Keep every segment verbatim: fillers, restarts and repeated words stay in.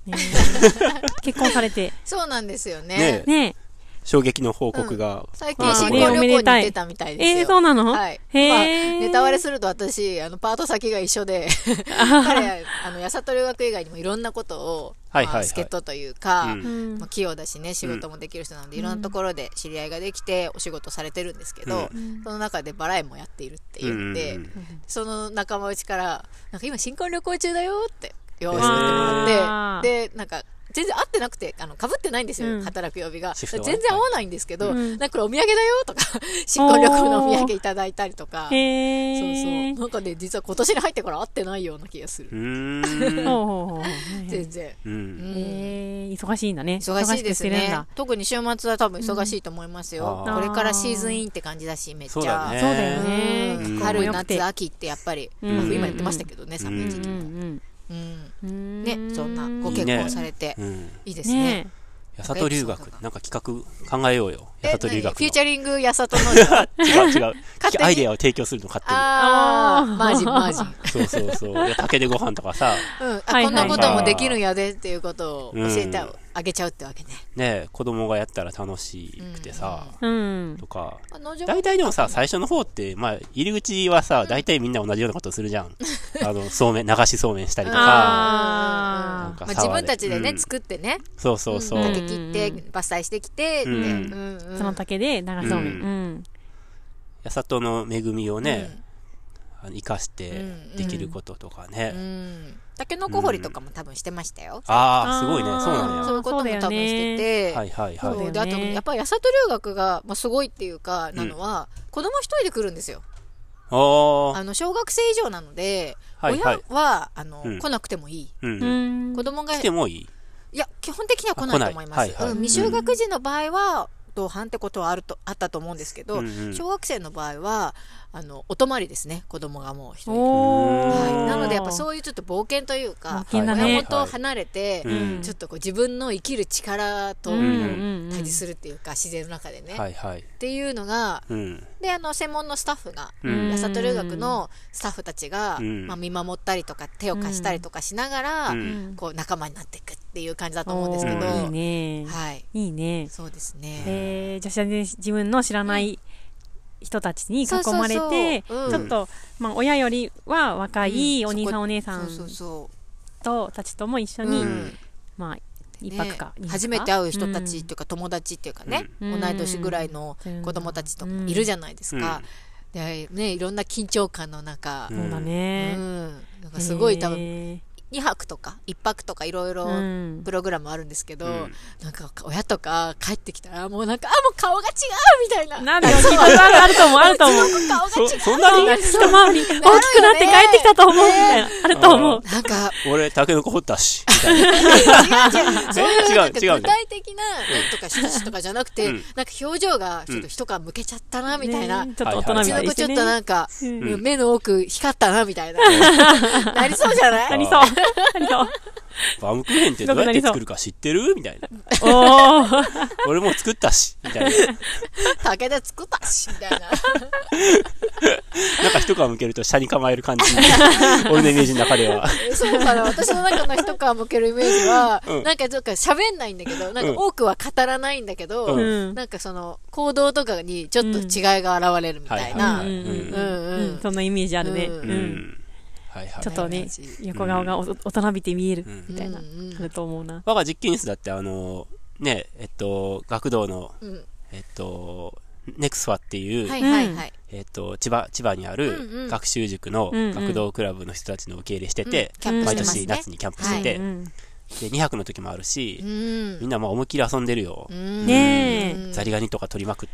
結婚されて。 そうなんですよね。 ねね衝撃の報告が、うん、 最近新婚旅行に行ってたみたいですよ。 えー、そうなの？ はい。 へー、 まあ、ネタバレすると私、あの、パート先が一緒で、彼、あの、八里留学以外にもいろんなことを、はいはいはい、まあ、助っ人というか、うん、まあ、器用だしね、仕事もできる人なので、うん、いろんなところで知り合いができて、お仕事されてるんですけど、うん、その中でバラエもやっているって言って、うん、その仲間内から、なんか今新婚旅行中だよって言わせてもらって、で、なんか、全然合ってなくて、あの、被ってないんですよ、うん、働く曜日が。全然合わないんですけど、うん、なんかこれお土産だよとか、新婚旅行のお土産いただいたりとか、そうそう。なんかね、実は今年に入ってから合ってないような気がする。全然、うん。 えー、忙しいんだね。 忙しいですね。特に週末は多分忙しいと思いますよ。うん、これからシーズンインって感じだし、めっちゃ。そうだね。そうだよね。 うん、春、夏、秋ってやっぱり、うん、今言ってましたけどね、寒い時期も。うん、ね、そんなご結婚されていいですね。 八里留学なんか企画考えようよ。八里留学のフューチャリング八里の違う違うアイデアを提供するの勝手に。 ああマージンマージン。 そうそうそう。竹でご飯とかさ。 うん。あ、こんなこともできるんやでっていうことを教えてあげちゃうってわけね。 ねえ、子供がやったら楽しくてさ、とか。大体でもさ、最初の方って、まあ、入り口はさ、大体みんな同じようなことするじゃん。あの、そうめん、流しそうめんしたりとか。 まあ自分たちでね、作ってね。 そうそうそう。 竹切って、伐採してきて、 その竹で流しそうめん。 八里の恵みをね、生かしてできることとかね。 タケノコ掘りとかも多分してましたよ。 ああ、すごいね。そうなんや。 そういうことも多分してて。 はいはいはい。 で、あと、やっぱり八里留学が、まあ、すごいっていうか、なのは、子供一人で来るんですよ。あの、小学生以上なので、親は、あの、来なくてもいい。子供が。 来てもいい？ いや、基本的には来ないと思います。未就学児の場合は、同伴ってことはあると、あったと思うんですけど、小学生の場合は、あの、お泊まりですね、子供がもう一人。はい。なので、やっぱそういうちょっと冒険というか、親元を離れて、ちょっとこう自分の生きる力と対峙するっていうか、自然の中でね。はいはい。っていうのが、で、あの、専門のスタッフが、八里留学のスタッフたちが、まあ見守ったりとか、手を貸したりとかしながら、こう仲間になっていくっていう感じだと思うんですけど。 いいね。 はい。 いいね。 そうですね。 えー、じゃあ自分の知らない人たちに囲まれて、ちょっと、まあ、親よりは若いお兄さんお姉さんとたちとも一緒に、まあ、一泊か二泊か。 初めて会う人たちっていうか、友達っていうかね、同い年ぐらいの子供たちともいるじゃないですか。で、ね、いろんな緊張感の中、 そうだね。 なんかすごい多分、にはくとかいっぱくとかいろいろプログラムあるんですけど、うん、なんか親とか帰ってきたらもうなんか、あ、もう顔が違うみたいな。 なんでよ、きっとあると思う、あると思う。 顔が違う。 そんなに一回り大きくなって帰ってきたと思うみたいな。あると思う。 なんか、 俺、タケノコ掘ったし。みたいな。 そういうなんか具体的な、とか、しとかじゃなくて、なんか表情がちょっと一皮むけちゃったな、みたいな。 ちょっと大人みたいな。 ちょっとなんか、目の奥光ったな、みたいな。なりそうじゃない？ なりそう。なりそう。 バウムクーヘンってどうやって作るか知ってるみたいな。 お俺も作ったし、みたいな。 竹で作ったし、みたいな。 なんか一皮むけると下に構える感じ。俺のイメージの中では。 そうかな。私の中の一皮むけるイメージは、うん、なんかちょっと喋んないんだけど、なんか多くは語らないんだけど、うん、なんかその行動とかにちょっと違いが現れるみたいな。 そんなイメージあるね。うんうんちょっとね、横顔が大人びて見えるみたいな、あると思うな。 我が実験室だって、あの、ね、えっと、学童の、えっと、ネクスファっていう、えっと、千葉、千葉にある学習塾の学童クラブの人たちの受け入れしてて、毎年夏にキャンプしてて、で、にはくの時もあるし、みんなもう思いっきり遊んでるよ。 ねえ。ザリガニとか取りまくって、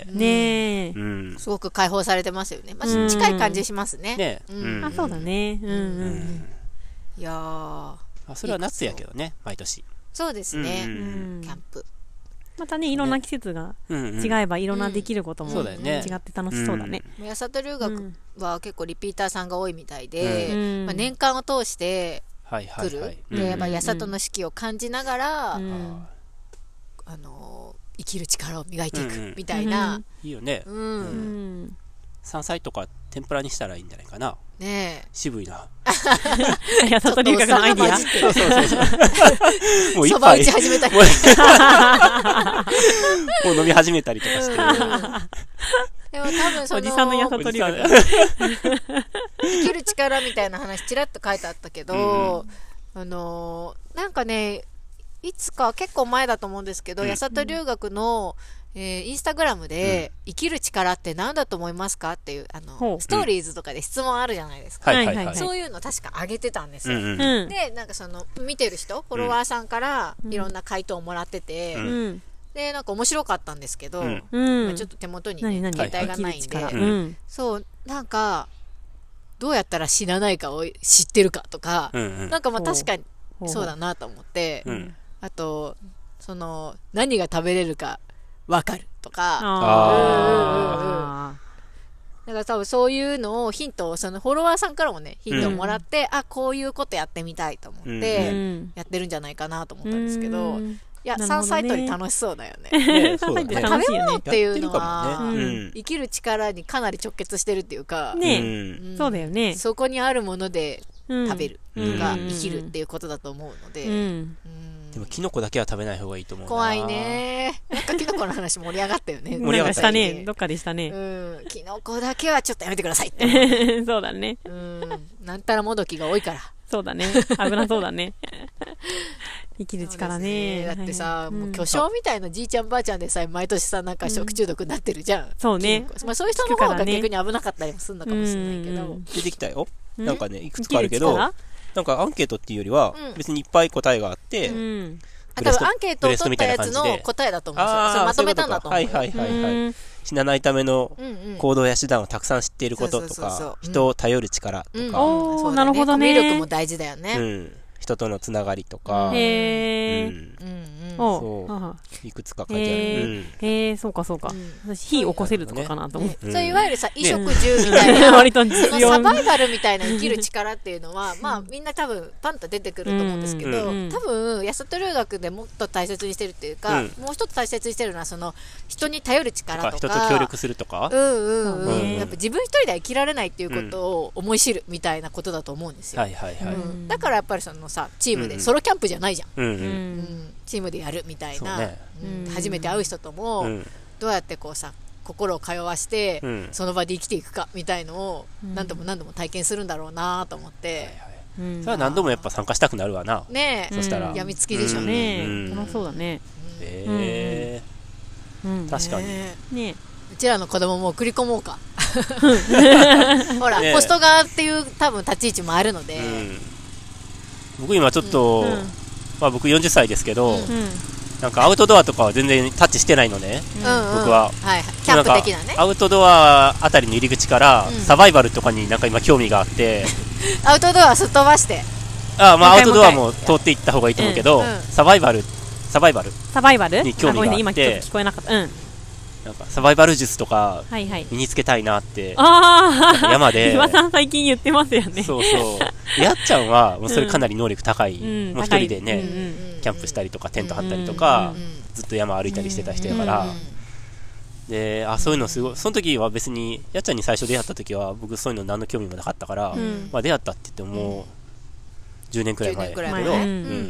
ねえ。 うん。 すごく解放されてますよね。まあ、近い感じしますね。 ねえ。あ、そうだね。うんうん。 いやー。 それは夏やけどね、毎年。 そうですね。キャンプ。 またね、いろんな季節が違えばいろんなできることも違って楽しそうだね。 八里留学は結構リピーターさんが多いみたいで、まあ年間を通して、来る。で、やっぱ八里の四季を感じながら、あの、生きる力を磨いていくみたいな。 いいよね。山菜とか天ぷらにしたらいいんじゃないかな。 ねえ。 渋いな。 やさと留学のアイディア。 そうそうそうそう。もう一杯。 そば打ち始めたり。 もう飲み始めたりとかして。 でも多分その、 おじさんのやさと留学。 生きる力みたいな話ちらっと書いてあったけど、うん、あのー、なんかね、いつか結構前だと思うんですけど、うん、やさと留学の、えー、インスタグラムで、うん、生きる力って何だと思いますかっていう、あの、ストーリーズとかで質問あるじゃないですか。 はいはいはい。 そういうの確か上げてたんですよ。 うんうん、 で、なんかその、見てる人、フォロワーさんからいろんな回答をもらってて、うん、で、なんか面白かったんですけど、うんまあ、ちょっと手元に、ね、携帯がないんで、うん、そう、なんか、どうやったら死なないかを知ってるかとか、うんうん、なんかまあ確かにそうだなと思って、うん、あと、その、何が食べれるかわかるとか、あだから多分そういうのをヒントを、そのフォロワーさんからもね、ヒントをもらって、うん、あ、こういうことやってみたいと思って、うん、やってるんじゃないかなと思ったんですけど、うんいや、山菜採り楽しそうだよね。ねそうだね食べ物っていうのは、ねうん、生きる力にかなり直結してるっていうか、 ね、うん、そうだよね。 そこにあるもので食べるとか、うん、生きるっていうことだと思うので。うんうんでもキノコだけは食べない方がいいと思うな。 怖いね。なんかキノコの話盛り上がったよね。 盛り上がったね。どっかでしたね。 うん。キノコだけはちょっとやめてくださいって。 そうだね。 うん。なんたらもどきが多いから。 そうだね。危なそうだね。生きる力ね。 だってさ、もう巨匠みたいなじいちゃんばあちゃんでさえ毎年さ、なんか食中毒になってるじゃん。 そうね。 まあそういう人の方が逆に危なかったりもするのかもしれないけど。 出てきたよ。なんかね、いくつかあるけど、なんかアンケートっていうよりは、別にいっぱい答えがあって、 多分アンケートを取ったやつの答えだと思うんですよ。それまとめたんだと思う。 はいはいはいはい。死なないための行動や手段をたくさん知っていることとか、人を頼る力とか。 おー、なるほどね。 コミュ力も大事だよね。 うん。人とのつながりとか。 へー。 そう。いくつか書いてある。 へー、そうかそうか。私、火起こせるとかかなと思って。 そういわゆるさ、衣食住みたいな、割とそのサバイバルみたいな生きる力っていうのは、まあみんな多分パンと出てくると思うんですけど、多分、やさと留学でもっと大切にしてるっていうか、もう一つ大切にしてるのは、その、人に頼る力とか。 人と協力するとか。 うんうんうん。やっぱ自分一人では生きられないっていうことを思い知るみたいなことだと思うんですよ。 はいはいはい。 だからやっぱりそのさ、チームで、ソロキャンプじゃないじゃん。うんうん。チームでやるみたいな、ねうん、初めて会う人とも、うん、どうやってこうさ心を通わして、うん、その場で生きていくかみたいのを、うん、何度も何度も体験するんだろうなと思って、はいはいうん、それは何度もやっぱ参加したくなるわなねえそしたらやみつきでしょうね、 うん、楽しそうだねへえーうん、確かに、 ね、うちらの子供も送り込もうかほら、ね、ホスト側っていう多分立ち位置もあるので、うん、 僕今ちょっと、うんまあ、僕よんじゅっさいですけど、うん、なんかアウトドアとかは全然タッチしてないのね、うんうん、僕は、 はい、キャンプ的なねアウトドアあたりの入り口から、うん、サバイバルとかになんか今興味があってアウトドアすっ飛ばしてああ、まあ、アウトドアも通っていった方がいいと思うけど、うんうん、サバイバルサバイバルサバイバルに興味があって今ちょっと聞こえなかった、うんなんかサバイバル術とか身につけたいなって、 はいはい、 山で岩さん最近言ってますよねそうそうやっちゃんはもうそれかなり能力高い、うん、もう一人でね、うん、キャンプしたりとかテント張ったりとか、うん、ずっと山歩いたりしてた人やから、うん、であそういうのすごいその時は別にやっちゃんに最初出会った時は僕そういうの何の興味もなかったから、うんまあ、出会ったって言ってももうじゅうねんくらい前だけど、うんうん、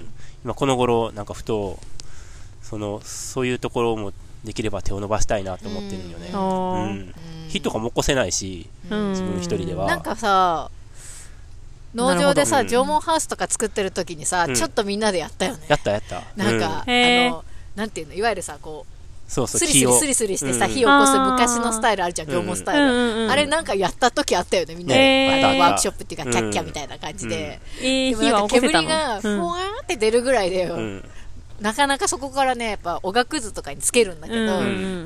今この頃なんかふとそのそういうところもできれば手を伸ばしたいなと思ってるんよね、うんうん、火とかも起こせないし、うん、自分一人ではなんかさ農場でさ縄文ハウスとか作ってる時にさ、うん、ちょっとみんなでやったよねやったやったなんか、うん、あのなんていうのいわゆるさこうそうそうスリスリスリスリしてさ、うん、火を起こす昔のスタイルあるじゃん縄文スタイル、うん、あれなんかやった時あったよねみんなで、ね、ワークショップっていうかキャッキャみたいな感じで、うん、でもなんか煙がふわーって出るぐらいで、うんなかなかそこからねやっぱおがくずとかにつけるんだけど、うん、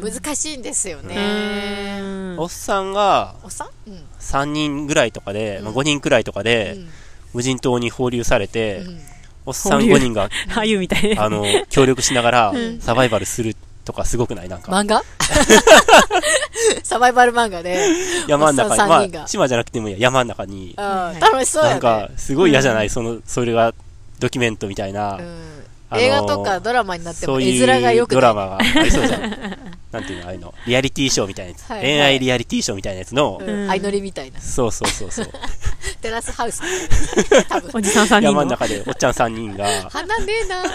難しいんですよね、うん、 おっさんがおっさん、うん、 さんにんぐらいとかで、うんまあ、ごにんくらいとかで、うん、無人島に放流されて、うん、おっさんごにんがあゆみたいあの協力しながらサバイバルするとかすごくないなんか漫画サバイバル漫画で山の中に、まあ、島じゃなくてもいいや山の中に、 うん、楽しそうやねなんかすごい嫌じゃない、うん、そのそれがドキュメントみたいな、 うん映画とかドラマになっても絵面がよくないドラマがありそうじゃんなんていうの、ああいうの、リアリティショーみたいなやつ。はいはい、恋愛リアリティショーみたいなやつの、 うん、相乗りみたいな。 そうそうそうそう。 テラスハウス多分おじさんさんにんの山の中でおっちゃんさんにんが。 花ねえな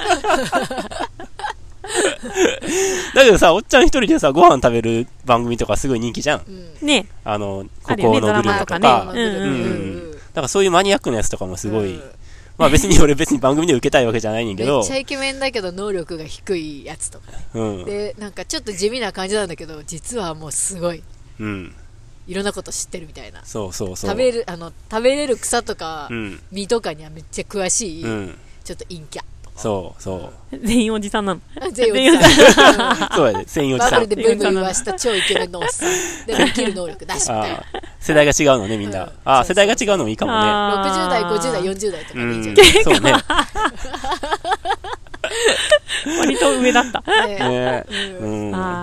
だけどさ、おっちゃん一人でさ、ご飯食べる番組とかすごい人気じゃん。 うん、ねあの、ここのグルメとか。だからそういうマニアックなやつとかもすごい、うん、まあ別に俺別に番組で受けたいわけじゃないねんけど。 めっちゃイケメンだけど能力が低いやつとか、ね。うん。で、なんかちょっと地味な感じなんだけど、実はもうすごい。うん。いろんなこと知ってるみたいな。 そうそうそう。 食べる、あの、食べれる草とか、うん、実とかにはめっちゃ詳しい、うん、ちょっと陰キャ。 そうそう。 全員おじさんなの。 全員おじさん。 そうやで、全員おじさん。 バブルでブイブイ言わした超イケメンのおっさん。でも生きる能力なしみたいな。 世代が違うのね、みんな。うん、ああ、世代が違うのもいいかもね。 ろくじゅう代、ごじゅう代、よんじゅう代とかでいいじゃない、 うん、そうね。 割と上だった。ねね、うん。